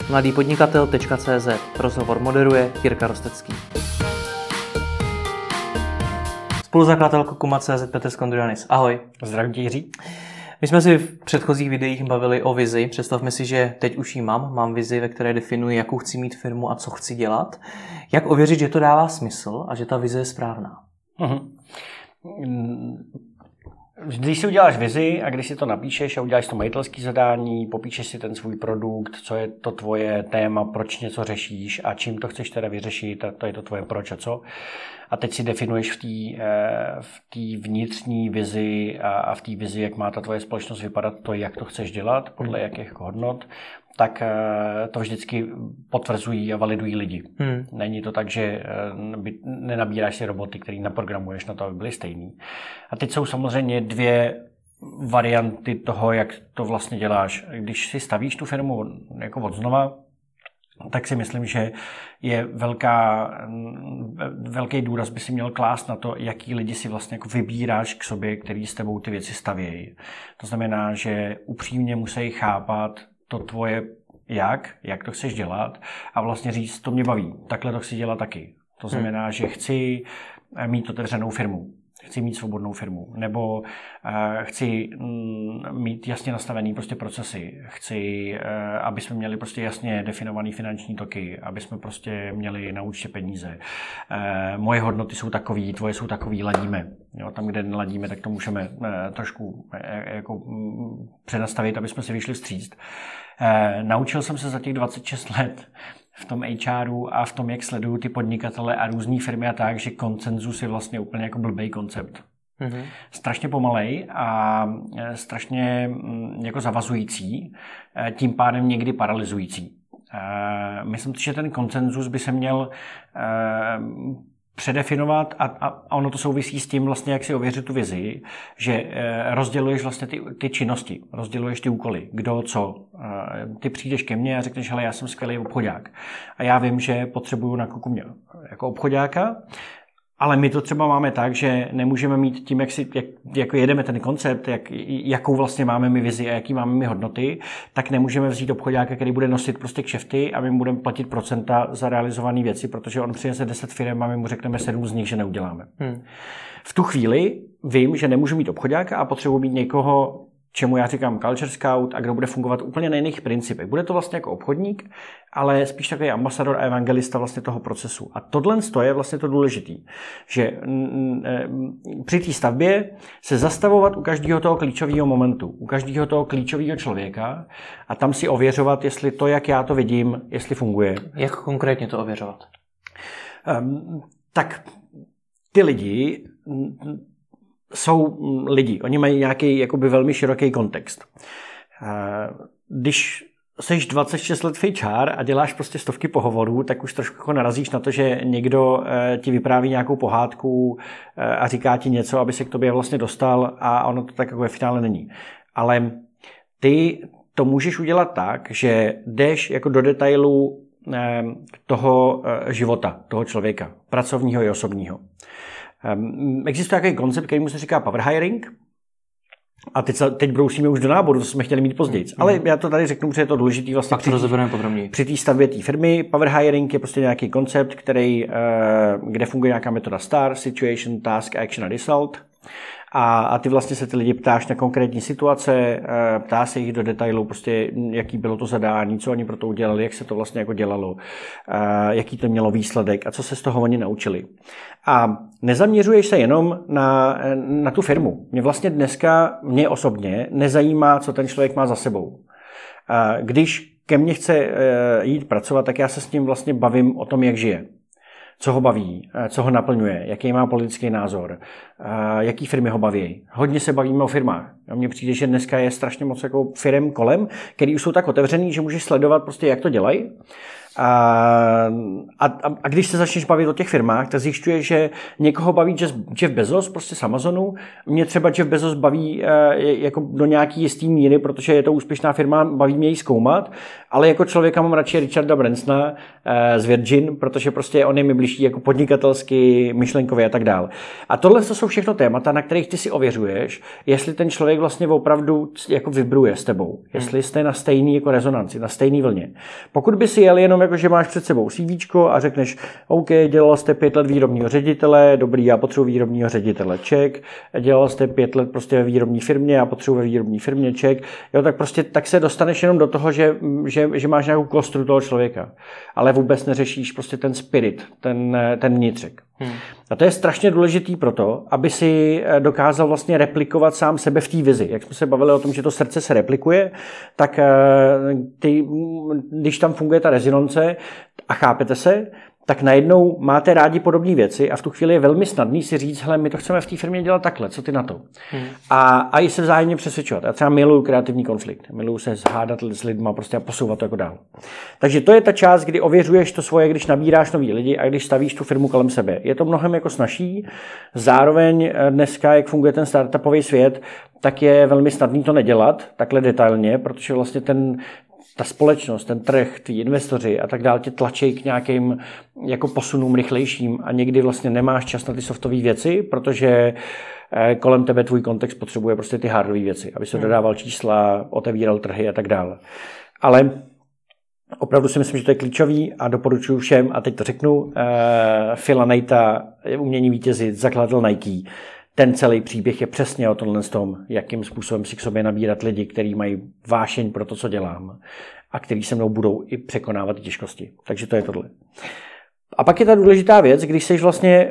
mladýpodnikatel.cz. Rozhovor moderuje Jirka Rostecký. Spoluzakladatelko Kuma.cz Petr Skondrianis. Ahoj. Zdravím tě, Jiří. My jsme si v předchozích videích bavili o vizi. Představme si, že teď už ji mám vizi, ve které definuji, jakou chci mít firmu a co chci dělat. Jak ověřit, že to dává smysl a že ta vize je správná? Když si uděláš vizi a když si to napíšeš a uděláš to majitelské zadání, popíšeš si ten svůj produkt, co je to tvoje téma, proč něco řešíš a čím to chceš teda vyřešit, a to je to tvoje proč a co. A teď si definuješ v té vnitřní vizi a v té vizi, jak má ta tvoje společnost vypadat, to, jak to chceš dělat, podle jakých hodnot, tak to vždycky potvrzují a validují lidi. Není to tak, že nenabíráš si roboty, který naprogramuješ na to, aby byly stejný. A teď jsou samozřejmě dvě varianty toho, jak to vlastně děláš. Když si stavíš tu firmu jako od znova, tak si myslím, že je velký důraz by si měl klást na to, jaký lidi si vlastně jako vybíráš k sobě, který s tebou ty věci stavějí. To znamená, že upřímně musí chápat to tvoje jak to chceš dělat a vlastně říct, to mě baví, takhle to chci dělat taky. To znamená, že chci mít otevřenou firmu, chci mít svobodnou firmu, nebo chci mít jasně nastavený prostě procesy, chci, aby jsme měli prostě jasně definovaný finanční toky, aby jsme prostě měli na účtě peníze. Moje hodnoty jsou takový, tvoje jsou takový, ladíme. Jo, tam, kde neladíme, tak to můžeme trošku jako přenastavit, aby jsme si vyšli vstříc. Naučil jsem se za těch 26 let v tom HRu a v tom, jak sleduju ty podnikatele a různý firmy a tak, že konsenzus je vlastně úplně jako blbej koncept. Strašně pomalej a strašně jako zavazující, tím pádem někdy paralyzující. Myslím si, že ten konsenzus by se měl předefinovat a ono to souvisí s tím vlastně, jak si ověřit tu vizi, že rozděluješ vlastně ty činnosti, rozděluješ ty úkoly, kdo co. Ty přijdeš ke mně a řekneš, hele, já jsem skvělý obchodák a já vím, že potřebuju na Kuku mě jako obchodáka, ale my to třeba máme tak, že nemůžeme mít tím, jak jedeme ten koncept, jakou vlastně máme my vizi a jaký máme my hodnoty, tak nemůžeme vzít obchodáka, který bude nosit prostě kšefty a my budeme platit procenta za realizované věci, protože on přinese 10 firem a my mu řekneme 7 z nich, že neuděláme. V tu chvíli vím, že nemůžu mít obchodáka a potřebuji mít někoho, čemu já říkám culture scout a kdo bude fungovat úplně na jiných principech. Bude to vlastně jako obchodník, ale spíš takový ambasador a evangelista vlastně toho procesu. A tohle je vlastně to důležitý, že při té stavbě se zastavovat u každého toho klíčového momentu, u každého toho klíčového člověka a tam si ověřovat, jestli to, jak já to vidím, jestli funguje. Jak konkrétně to ověřovat? Tak ty lidi jsou lidi. Oni mají nějaký jakoby velmi široký kontext. Když seš 26 let v HR a děláš prostě stovky pohovorů, tak už trošku jako narazíš na to, že někdo ti vypráví nějakou pohádku a říká ti něco, aby se k tobě vlastně dostal a ono to tak jako ve finále není. Ale ty to můžeš udělat tak, že jdeš jako do detailů toho života, toho člověka, pracovního i osobního. Existuje nějaký koncept, který mu se říká power hiring. A teď brousíme už do náboru, to jsme chtěli mít později. Ale já to tady řeknu, protože je to důležitý vlastně při té stavbě té firmy. Power hiring je prostě nějaký koncept, kde funguje nějaká metoda STAR, Situation, Task, Action a Result. A ty vlastně se ty lidi ptáš na konkrétní situace, ptáš se jich do detailu, prostě jaký bylo to zadání, co oni pro to udělali, jak se to vlastně jako dělalo, jaký to mělo výsledek a co se z toho oni naučili. A nezaměřuješ se jenom na tu firmu. Mě osobně nezajímá, co ten člověk má za sebou. Když ke mně chce jít pracovat, tak já se s ním vlastně bavím o tom, jak žije. Co ho baví, co ho naplňuje, jaký má politický názor, jaký firmy ho baví. Hodně se bavíme o firmách. A mně přijde, že dneska je strašně moc jako firem kolem, který už jsou tak otevřený, že můžeš sledovat prostě, jak to dělají. A když se začneš bavit o těch firmách, tak zjišťuješ, že někoho baví Jeff Bezos prostě z Amazonu. Mě třeba Jeff Bezos baví jako do nějaký jistý míry, protože je to úspěšná firma, baví mě ji zkoumat, ale jako člověka mám radši Richarda Bransona z Virgin, protože prostě on je mi blížší jako podnikatelsky, myšlenkově a tak dále. A tohle to jsou všechno témata, na kterých ty si ověřuješ, jestli ten člověk vlastně opravdu jako vibruje s tebou, jestli jste na stejný jako rezonanci, na stejný vlně. Pokud by si jel jenom jako, že máš před sebou CVčko a řekneš, OK, dělal jste 5 let výrobního ředitele, dobrý, já potřebuji výrobního ředitele, check, dělal jste 5 let prostě ve výrobní firmě, já potřebuji ve výrobní firmě, check, jo, tak prostě tak se dostaneš jenom do toho, že máš nějakou kostru toho člověka, ale vůbec neřešíš prostě ten spirit, ten vnitřek. A to je strašně důležitý proto, aby si dokázal vlastně replikovat sám sebe v té vizi. Jak jsme se bavili o tom, že to srdce se replikuje, tak když tam funguje ta rezonance a chápete se, tak najednou máte rádi podobné věci a v tu chvíli je velmi snadný si říct, hele, my to chceme v té firmě dělat takhle, co ty na to? A i se vzájemně přesvědčovat. Já třeba miluju kreativní konflikt, miluju se hádat s lidma prostě a posouvat to jako dál. Takže to je ta část, kdy ověřuješ to svoje, když nabíráš nový lidi a když stavíš tu firmu kolem sebe. Je to mnohem jako snazší. Zároveň dneska, jak funguje ten startupový svět, tak je velmi snadný to nedělat takhle detailně, protože vlastně ta společnost, ten trh, ty investoři a tak dále tě tlačí k nějakým jako posunům rychlejším a někdy vlastně nemáš čas na ty softové věci, protože kolem tebe tvůj kontext potřebuje prostě ty hardové věci, aby se dodával čísla, otevíral trhy a tak dále. Ale opravdu si myslím, že to je klíčový a doporučuji všem, a teď to řeknu, Phila Knighta, Umění vítězit, zakladatel Nike. Ten celý příběh je přesně o tomhle tom, jakým způsobem si k sobě nabírat lidi, kteří mají vášeň pro to, co dělám a kteří se mnou budou i překonávat těžkosti. Takže to je tohle. A pak je ta důležitá věc, když jsi vlastně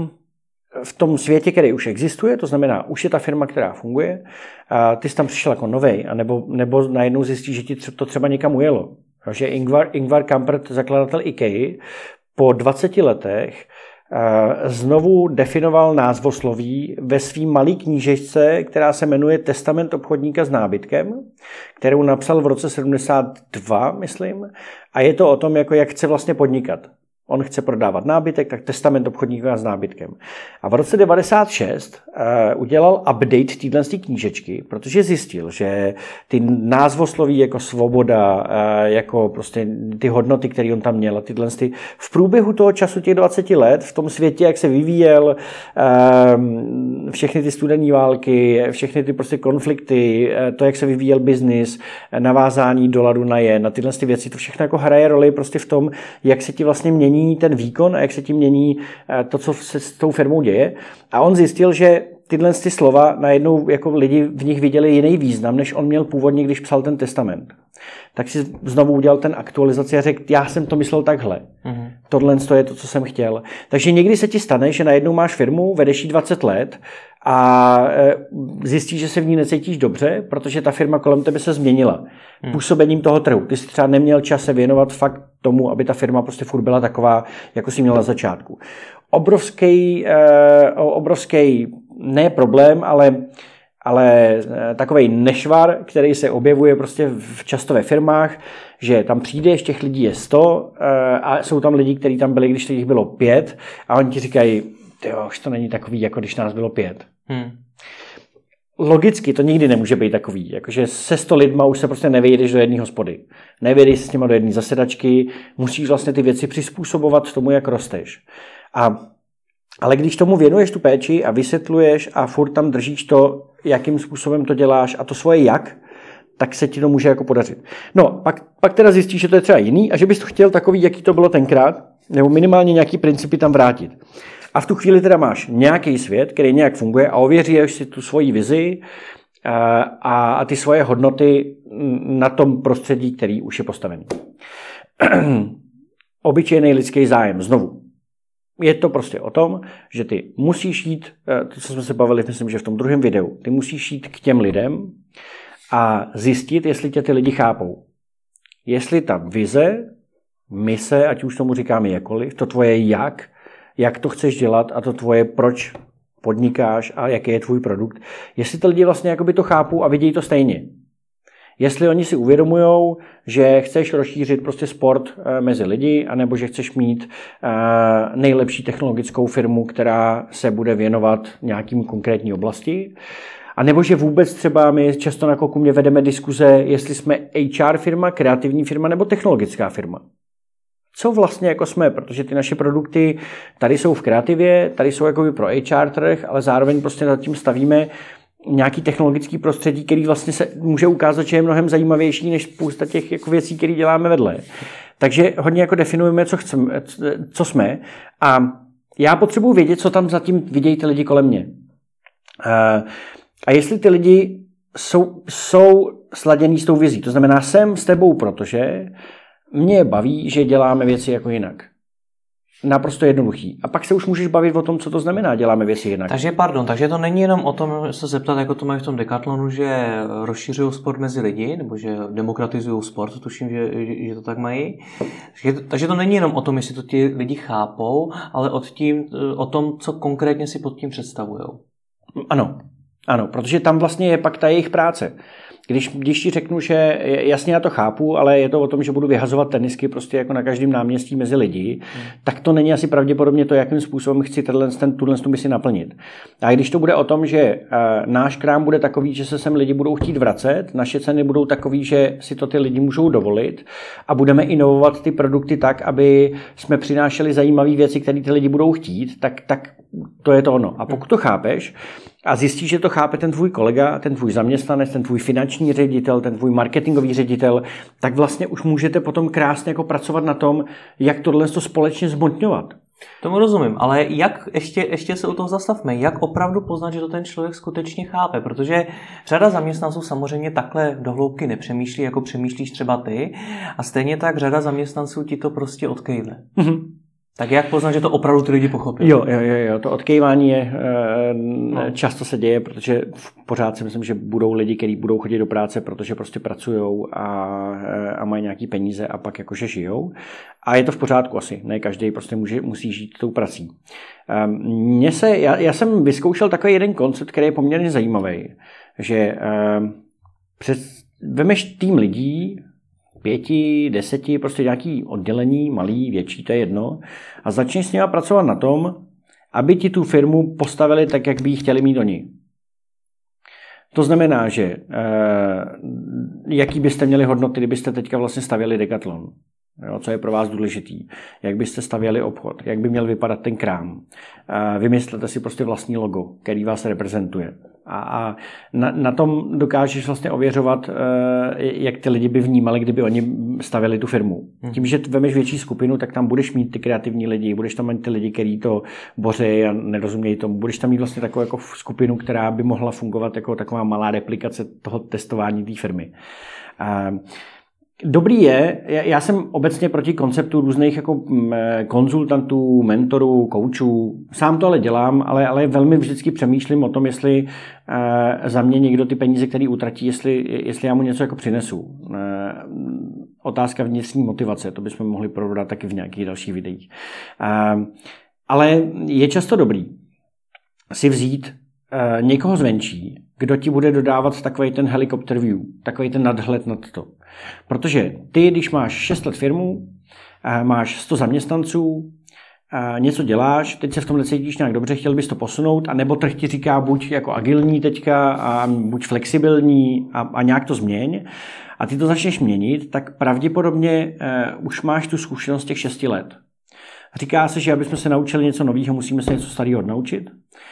v tom světě, který už existuje, to znamená, už je ta firma, která funguje, a ty jsi tam přišel jako novej, nebo najednou zjistíš, že ti to třeba někam ujelo. Že Ingvar Kamprad, zakladatel IKEA, po 20 letech znovu definoval názvosloví ve svým malý knížečce, která se jmenuje Testament obchodníka s nábytkem, kterou napsal v roce 72, myslím, a je to o tom, jako jak chce vlastně podnikat. On chce prodávat nábytek, tak testament obchodníka s nábytkem. A v roce 96 udělal update této knížečky, protože zjistil, že ty názvosloví jako svoboda, jako prostě ty hodnoty, které on tam měl, tyhle v průběhu toho času těch 20 let, v tom světě, jak se vyvíjel, všechny ty studenní války, všechny ty prostě konflikty, to, jak se vyvíjel biznis, navázání $, na jen, na tyhle věci, to všechno jako hraje roli prostě v tom, jak se ti vlastně mění ten výkon a jak se tím mění to, co se s tou firmou děje. A on zjistil, že tyhle slova najednou jako lidi v nich viděli jiný význam, než on měl původně, když psal ten testament. Tak si znovu udělal ten aktualizaci a řekl, já jsem to myslel takhle. Tohle je to, co jsem chtěl. Takže někdy se ti stane, že najednou máš firmu, vedeš ji 20 let a zjistíš, že se v ní necítíš dobře, protože ta firma kolem tebe se změnila. Působením toho trhu. Ty jsi třeba neměl čas se věnovat fakt tomu, aby ta firma prostě furt byla taková, jako jsi měla na začátku. Obrovský ne problém, ale takovej nešvar, který se objevuje prostě často ve firmách, že tam přijdeš, těch lidí je 100 a jsou tam lidi, kteří tam byli, když jich bylo 5 a oni ti říkají, tyjo, už to není takový, jako když nás bylo 5. Logicky to nikdy nemůže být takový, jakože se 100 lidma už se prostě nevejdeš do jedné hospody. Nevejdeš se s nima do jedné zasedačky, musíš vlastně ty věci přizpůsobovat tomu, jak rosteš. Ale když tomu věnuješ tu péči a vysvětluješ a furt tam držíš to, jakým způsobem to děláš a to svoje jak, tak se ti to může jako podařit. No, pak teda zjistíš, že to je třeba jiný a že bys to chtěl takový, jaký to bylo tenkrát, nebo minimálně nějaký principy tam vrátit. A v tu chvíli teda máš nějaký svět, který nějak funguje a ověříš si tu svoji vizi a ty svoje hodnoty na tom prostředí, který už je postavený. Obyčejný lidský zájem, znovu. Je to prostě o tom, že ty musíš jít, to, co jsme se bavili, myslím, že v tom druhém videu, ty musíš jít k těm lidem a zjistit, jestli tě ty lidi chápou. Jestli ta vize, mise, ať už tomu říkáme jakkoliv, to tvoje jak to chceš dělat a to tvoje proč podnikáš a jaký je tvůj produkt, jestli ty lidi vlastně jakoby to chápou a vidějí to stejně. Jestli oni si uvědomujou, že chceš rozšířit prostě sport mezi lidi, anebo že chceš mít nejlepší technologickou firmu, která se bude věnovat nějakým konkrétní oblasti, a nebo že vůbec třeba my často na Kokumě vedeme diskuze, jestli jsme HR firma, kreativní firma nebo technologická firma. Co vlastně jako jsme, protože ty naše produkty tady jsou v kreativě, tady jsou jakoby pro HR trh, ale zároveň prostě nad tím stavíme nějaký technologický prostředí, který vlastně se může ukázat, že je mnohem zajímavější než spousta těch jako věcí, které děláme vedle. Takže hodně jako definujeme, co jsme, a já potřebuji vědět, co tam zatím vidějí ty lidi kolem mě. A jestli ty lidi jsou sladěný s tou vizí, to znamená, jsem s tebou, protože mě baví, že děláme věci jako jinak. Naprosto jednoduchý. A pak se už můžeš bavit o tom, co to znamená, děláme věci jinak. Takže to není jenom o tom se zeptat, jako to mají v tom Decathlonu, že rozšiřují sport mezi lidi, nebo že demokratizují sport, tuším, že to tak mají. Takže to není jenom o tom, jestli to ti lidi chápou, ale o tom, co konkrétně si pod tím představují. Ano, protože tam vlastně je pak ta jejich práce. Když ti řeknu, že jasně já to chápu, ale je to o tom, že budu vyhazovat tenisky prostě jako na každém náměstí mezi lidi, tak to není asi pravděpodobně to, jakým způsobem chci tuhle misi naplnit. A když to bude o tom, že náš krám bude takový, že se sem lidi budou chtít vracet, naše ceny budou takový, že si to ty lidi můžou dovolit a budeme inovovat ty produkty tak, aby jsme přinášeli zajímavé věci, které ty lidi budou chtít, tak to je to ono. A pokud to chápeš, a zjistíš, že to chápe ten tvůj kolega, ten tvůj zaměstnanec, ten tvůj finanční ředitel, ten tvůj marketingový ředitel, tak vlastně už můžete potom krásně jako pracovat na tom, jak tohle společně zmotňovat. Tomu rozumím, ale jak ještě se u toho zastavme, jak opravdu poznat, že to ten člověk skutečně chápe, protože řada zaměstnanců samozřejmě takhle do hloubky nepřemýšlí, jako přemýšlíš třeba ty, a stejně tak řada zaměstnanců ti to prostě odkejve. Mm-hmm. Tak jak poznat, že to opravdu ty lidi pochopí? Jo, to odkejvání je, často se děje, protože pořád si myslím, že budou lidi, kteří budou chodit do práce, protože prostě pracujou a mají nějaký peníze a pak jakože žijou. A je to v pořádku asi, ne každý prostě musí žít tou prací. Já jsem vyzkoušel takový jeden koncept, který je poměrně zajímavý, že vemeš tým lidí, 5, 10, prostě nějaký oddělení, malý, větší, to je jedno, a začneš s nimi pracovat na tom, aby ti tu firmu postavili tak, jak by ji chtěli mít oni. To znamená, že jaký byste měli hodnoty, kdybyste teďka vlastně stavěli Decathlon. Jo, co je pro vás důležitý, jak byste stavěli obchod, jak by měl vypadat ten krám. Vymyslete si prostě vlastní logo, který vás reprezentuje. A na tom dokážeš vlastně ověřovat, jak ty lidi by vnímali, kdyby oni stavěli tu firmu. Tím, že vemeš větší skupinu, tak tam budeš mít ty kreativní lidi, budeš tam mít ty lidi, kteří to boří a nerozumějí tomu. Budeš tam mít vlastně takovou jako skupinu, která by mohla fungovat jako taková malá replikace toho testování té firmy. Dobrý je, já jsem obecně proti konceptu různých jako konzultantů, mentorů, koučů. Sám to ale dělám, ale velmi vždycky přemýšlím o tom, jestli za mě někdo ty peníze, které utratí, jestli já mu něco jako přinesu. Otázka vnitřní motivace, to bychom mohli probrat taky v nějakých dalších videích. Ale je často dobrý si vzít někoho zvenčí, kdo ti bude dodávat takový ten helicopter view, takový ten nadhled nad to. Protože ty, když máš 6 let firmu, máš 100 zaměstnanců, něco děláš, teď se v tom necítíš nějak dobře, chtěl bys to posunout, anebo trh ti říká buď jako agilní teďka, a buď flexibilní a nějak to změň, a ty to začneš měnit, tak pravděpodobně už máš tu zkušenost těch 6 let. Říká se, že aby jsme se naučili něco nového, musíme se něco starého odnaučit.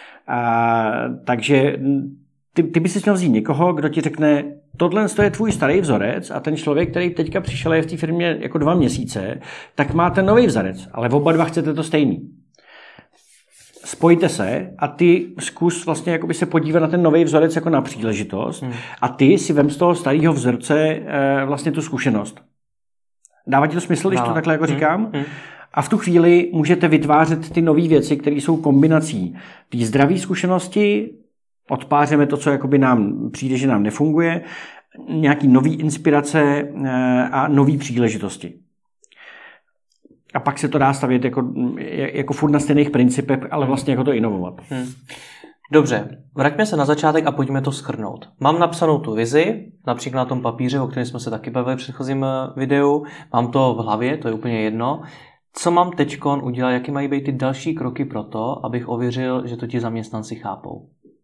Takže ty bys si měl vzít někoho, kdo ti řekne, tohle je tvůj starý vzorec, a ten člověk, který teďka přišel je v té firmě jako 2 měsíce, tak má ten nový vzorec, ale oba dva chcete to stejný. Spojte se a ty zkus vlastně jakoby se podívat na ten nový vzorec jako na příležitost a ty si vem z toho starého vzorce vlastně tu zkušenost. Dává ti to smysl, když to takhle jako říkám? A v tu chvíli můžete vytvářet ty nové věci, které jsou kombinací té zdravé zkušenosti, odpářeme to, co jakoby nám přijde, že nám nefunguje, nějaký nový inspirace a nový příležitosti. A pak se to dá stavět jako furt na stejných principech, ale vlastně jako to inovovat. Dobře, vraťme se na začátek a pojďme to shrnout. Mám napsanou tu vizi, například na tom papíře, o kterém jsme se taky bavili v předchozím videu. Mám to v hlavě, to je úplně jedno. Co mám teďkon udělat, jaké mají být ty další kroky pro to, abych ověřil, že to ti zaměstnanci chápou?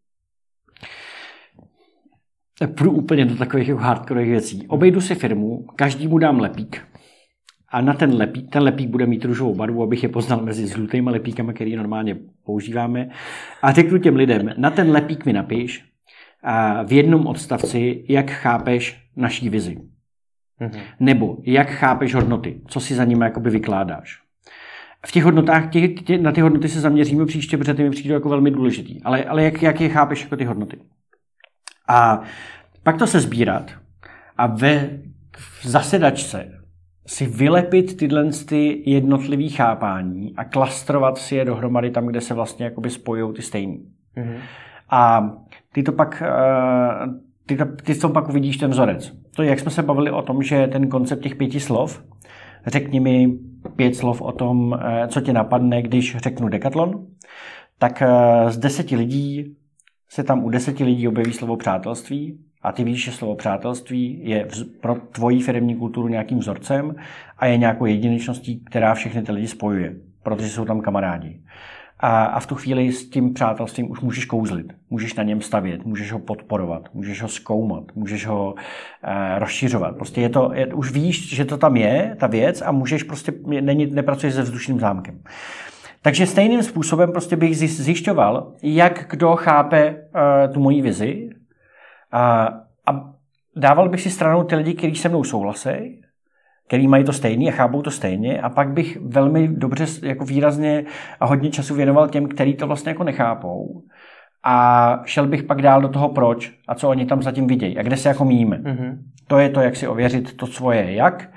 Půjdu úplně do takových hardcoreových věcí. Obejdu si firmu, každému dám lepík. A na ten lepík bude mít růžovou barvu, abych je poznal mezi žlutýma lepíkama, který normálně používáme. A řeknu těm lidem, na ten lepík mi napiš v jednom odstavci, jak chápeš naší vizi. Mhm. Nebo jak chápeš hodnoty, co si za nimi jakoby vykládáš. V těch hodnotách, na ty hodnoty se zaměříme příště, protože ty mi přijdou jako velmi důležitý. Ale jak je chápeš jako ty hodnoty. A pak to se sbírat a v zasedačce si vylepit tyhle jednotlivý chápání a klastrovat si je dohromady tam, kde se vlastně jakoby spojují ty stejný. Mm-hmm. A ty to pak uvidíš ten vzorec. To je, jak jsme se bavili o tom, že ten koncept těch 5 slov, řekni mi 5 slov o tom, co tě napadne, když řeknu Decathlon, tak z 10 lidí se tam u 10 lidí objeví slovo přátelství a ty víš, že slovo přátelství je pro tvoji firemní kulturu nějakým vzorcem a je nějakou jedinečností, která všechny ty lidi spojuje, protože jsou tam kamarádi. A v tu chvíli s tím přátelstvím už můžeš kouzlit, můžeš na něm stavět, můžeš ho podporovat, můžeš ho zkoumat, můžeš ho rozšiřovat. Prostě už víš, že to tam je, ta věc a můžeš prostě, nepracuješ se vzdušným zámkem. Takže stejným způsobem prostě bych zjišťoval, jak kdo chápe tu moji vizi a dával bych si stranou ty lidi, kteří se mnou souhlasí, kteří mají to stejný a chápou to stejně a pak bych velmi dobře, jako výrazně a hodně času věnoval těm, kteří to vlastně jako nechápou a šel bych pak dál do toho proč a co oni tam zatím vidějí a kde se jako míjíme. Mm-hmm. To je to, jak si ověřit to svoje jak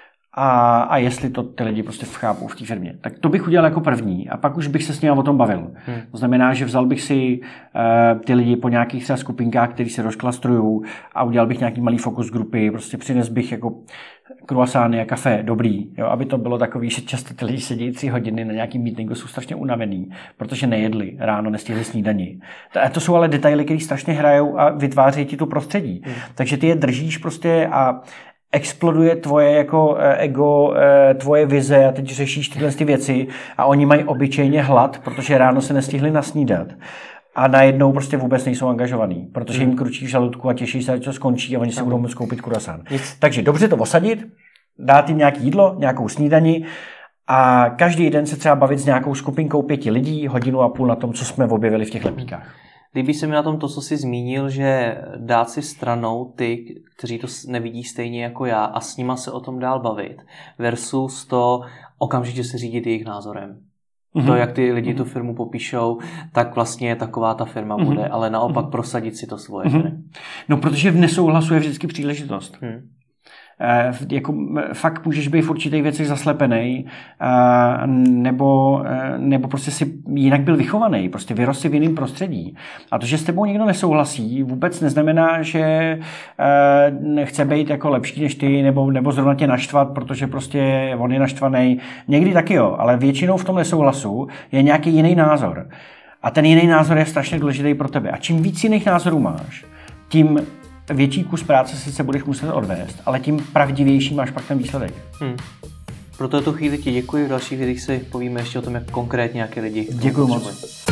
a jestli to ty lidi prostě chápou v té firmě. Tak to bych udělal jako první a pak už bych se s nimi o tom bavil. To znamená, že vzal bych si ty lidi po nějakých třeba skupinkách, které se rozklastrují a udělal bych nějaký malý fokus grupy, prostě přines bych jako kruasány a kafe, dobrý, jo, aby to bylo takový, že často ty lidi sedí 3 hodiny na nějakým meetingu, jsou strašně unavený, protože nejedli, ráno nestihli snídani. To jsou ale detaily, které strašně hrajou a vytvářejí ti to prostředí. Takže ty je držíš prostě a exploduje tvoje jako ego, tvoje vize a teď řešíš tyhle věci a oni mají obyčejně hlad, protože ráno se nestihli nasnídat. A najednou prostě vůbec nejsou angažovaný, protože jim kručí v žaludku a těší se, že to skončí a oni si budou moct koupit kurasán. Takže dobře to osadit, dát jim nějaké jídlo, nějakou snídani a každý den se třeba bavit s nějakou skupinkou 5 lidí, 1,5 hodiny na tom, co jsme objevili v těch lepíkách. Líbí se mi na tom to, co jsi zmínil, že dát si stranou ty, kteří to nevidí stejně jako já a s nima se o tom dál bavit versus to okamžitě se řídit jejich názorem. To, jak ty lidi tu firmu popíšou, tak vlastně taková ta firma bude, ale naopak prosadit si to svoje. No, protože v nesouhlasu je vždycky příležitost. Jako fakt můžeš být v určitých věcech zaslepený, nebo prostě si jinak byl vychovaný, prostě vyrost si v jiném prostředí. A to, že s tebou někdo nesouhlasí, vůbec neznamená, že chce být jako lepší než ty, nebo zrovna tě naštvat, protože prostě on je naštvaný. Někdy taky jo, ale většinou v tom nesouhlasu je nějaký jiný názor. A ten jiný názor je strašně důležitý pro tebe. A čím víc jiných názorů máš, tím větší kus práce sice budeš muset odvést, ale tím pravdivější máš pak ten výsledek. Pro tuto chvíli ti děkuji, v dalších videích si povíme ještě o tom, jak konkrétně nějaké lidi. Děkuji moc.